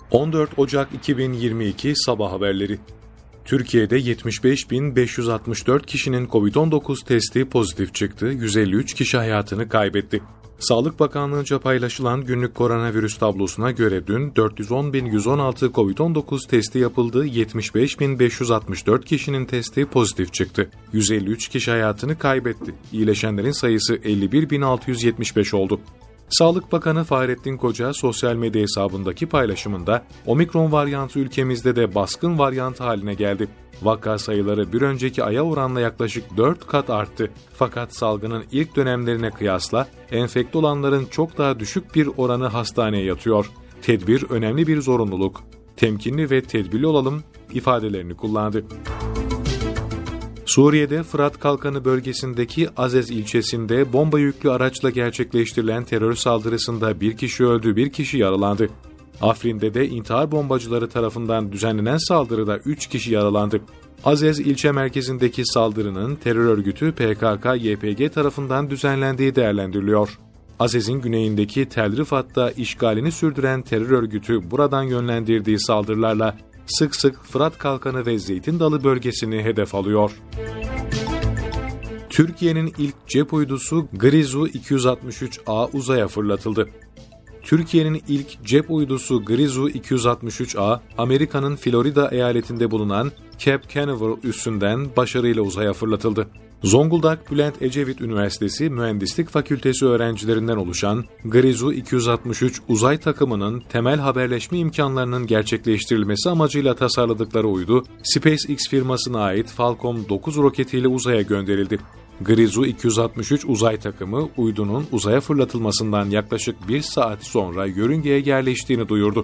14 Ocak 2022 Sabah haberleri. Türkiye'de 75.564 kişinin COVID-19 testi pozitif çıktı, 153 kişi hayatını kaybetti. Sağlık Bakanlığı'nca paylaşılan günlük koronavirüs tablosuna göre dün 410.116 COVID-19 testi yapıldı, 75.564 kişinin testi pozitif çıktı. 153 kişi hayatını kaybetti. İyileşenlerin sayısı 51.675 oldu. Sağlık Bakanı Fahrettin Koca sosyal medya hesabındaki paylaşımında omikron varyantı ülkemizde de baskın varyant haline geldi. Vaka sayıları bir önceki aya oranla yaklaşık 4 kat arttı. Fakat salgının ilk dönemlerine kıyasla enfekte olanların çok daha düşük bir oranı hastaneye yatıyor. Tedbir önemli bir zorunluluk. Temkinli ve tedbirli olalım ifadelerini kullandı. Suriye'de Fırat Kalkanı bölgesindeki Azez ilçesinde bomba yüklü araçla gerçekleştirilen terör saldırısında bir kişi öldü, bir kişi yaralandı. Afrin'de de intihar bombacıları tarafından düzenlenen saldırıda 3 kişi yaralandı. Azez ilçe merkezindeki saldırının terör örgütü PKK-YPG tarafından düzenlendiği değerlendiriliyor. Azez'in güneyindeki Tel Rifat'ta işgalini sürdüren terör örgütü buradan yönlendirdiği saldırılarla sık sık Fırat Kalkanı ve Zeytin Dalı bölgesini hedef alıyor. Türkiye'nin ilk cep uydusu Grizu 263A uzaya fırlatıldı. Türkiye'nin ilk cep uydusu Grizu 263A, Amerika'nın Florida eyaletinde bulunan Cape Canaveral üssünden başarıyla uzaya fırlatıldı. Zonguldak Bülent Ecevit Üniversitesi Mühendislik Fakültesi öğrencilerinden oluşan Grizu 263 uzay takımının temel haberleşme imkanlarının gerçekleştirilmesi amacıyla tasarladıkları uydu, SpaceX firmasına ait Falcon 9 roketiyle uzaya gönderildi. Grizu 263 uzay takımı uydunun uzaya fırlatılmasından yaklaşık 1 saat sonra yörüngeye yerleştiğini duyurdu.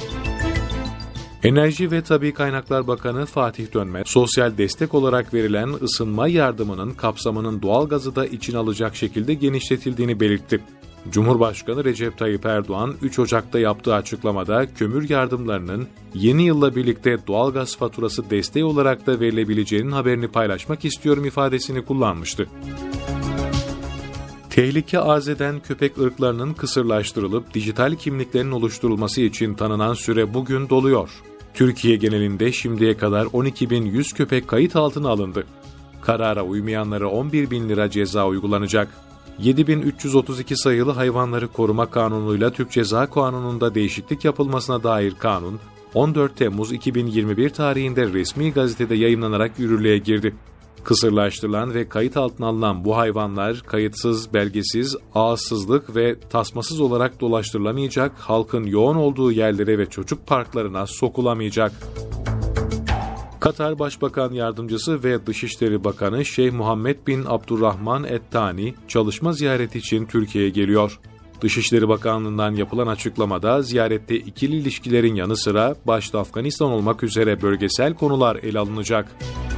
Enerji ve Tabii Kaynaklar Bakanı Fatih Dönmez, sosyal destek olarak verilen ısınma yardımının kapsamının doğalgazı da içine alacak şekilde genişletildiğini belirtti. Cumhurbaşkanı Recep Tayyip Erdoğan 3 Ocak'ta yaptığı açıklamada kömür yardımlarının yeni yılla birlikte doğalgaz faturası desteği olarak da verilebileceğinin haberini paylaşmak istiyorum ifadesini kullanmıştı. Tehlike arz eden köpek ırklarının kısırlaştırılıp dijital kimliklerin oluşturulması için tanınan süre bugün doluyor. Türkiye genelinde şimdiye kadar 12.100 köpek kayıt altına alındı. Karara uymayanlara 11.000 lira ceza uygulanacak. 7.332 sayılı Hayvanları Koruma Kanunu'yla Türk Ceza Kanunu'nda değişiklik yapılmasına dair kanun, 14 Temmuz 2021 tarihinde resmi gazetede yayımlanarak yürürlüğe girdi. Kısırlaştırılan ve kayıt altına alınan bu hayvanlar kayıtsız, belgesiz, ağızsızlık ve tasmasız olarak dolaştırılamayacak, halkın yoğun olduğu yerlere ve çocuk parklarına sokulamayacak. Katar Başbakan Yardımcısı ve Dışişleri Bakanı Şeyh Muhammed bin Abdurrahman Et-Tani çalışma ziyareti için Türkiye'ye geliyor. Dışişleri Bakanlığı'ndan yapılan açıklamada ziyarette ikili ilişkilerin yanı sıra başta Afganistan olmak üzere bölgesel konular ele alınacak.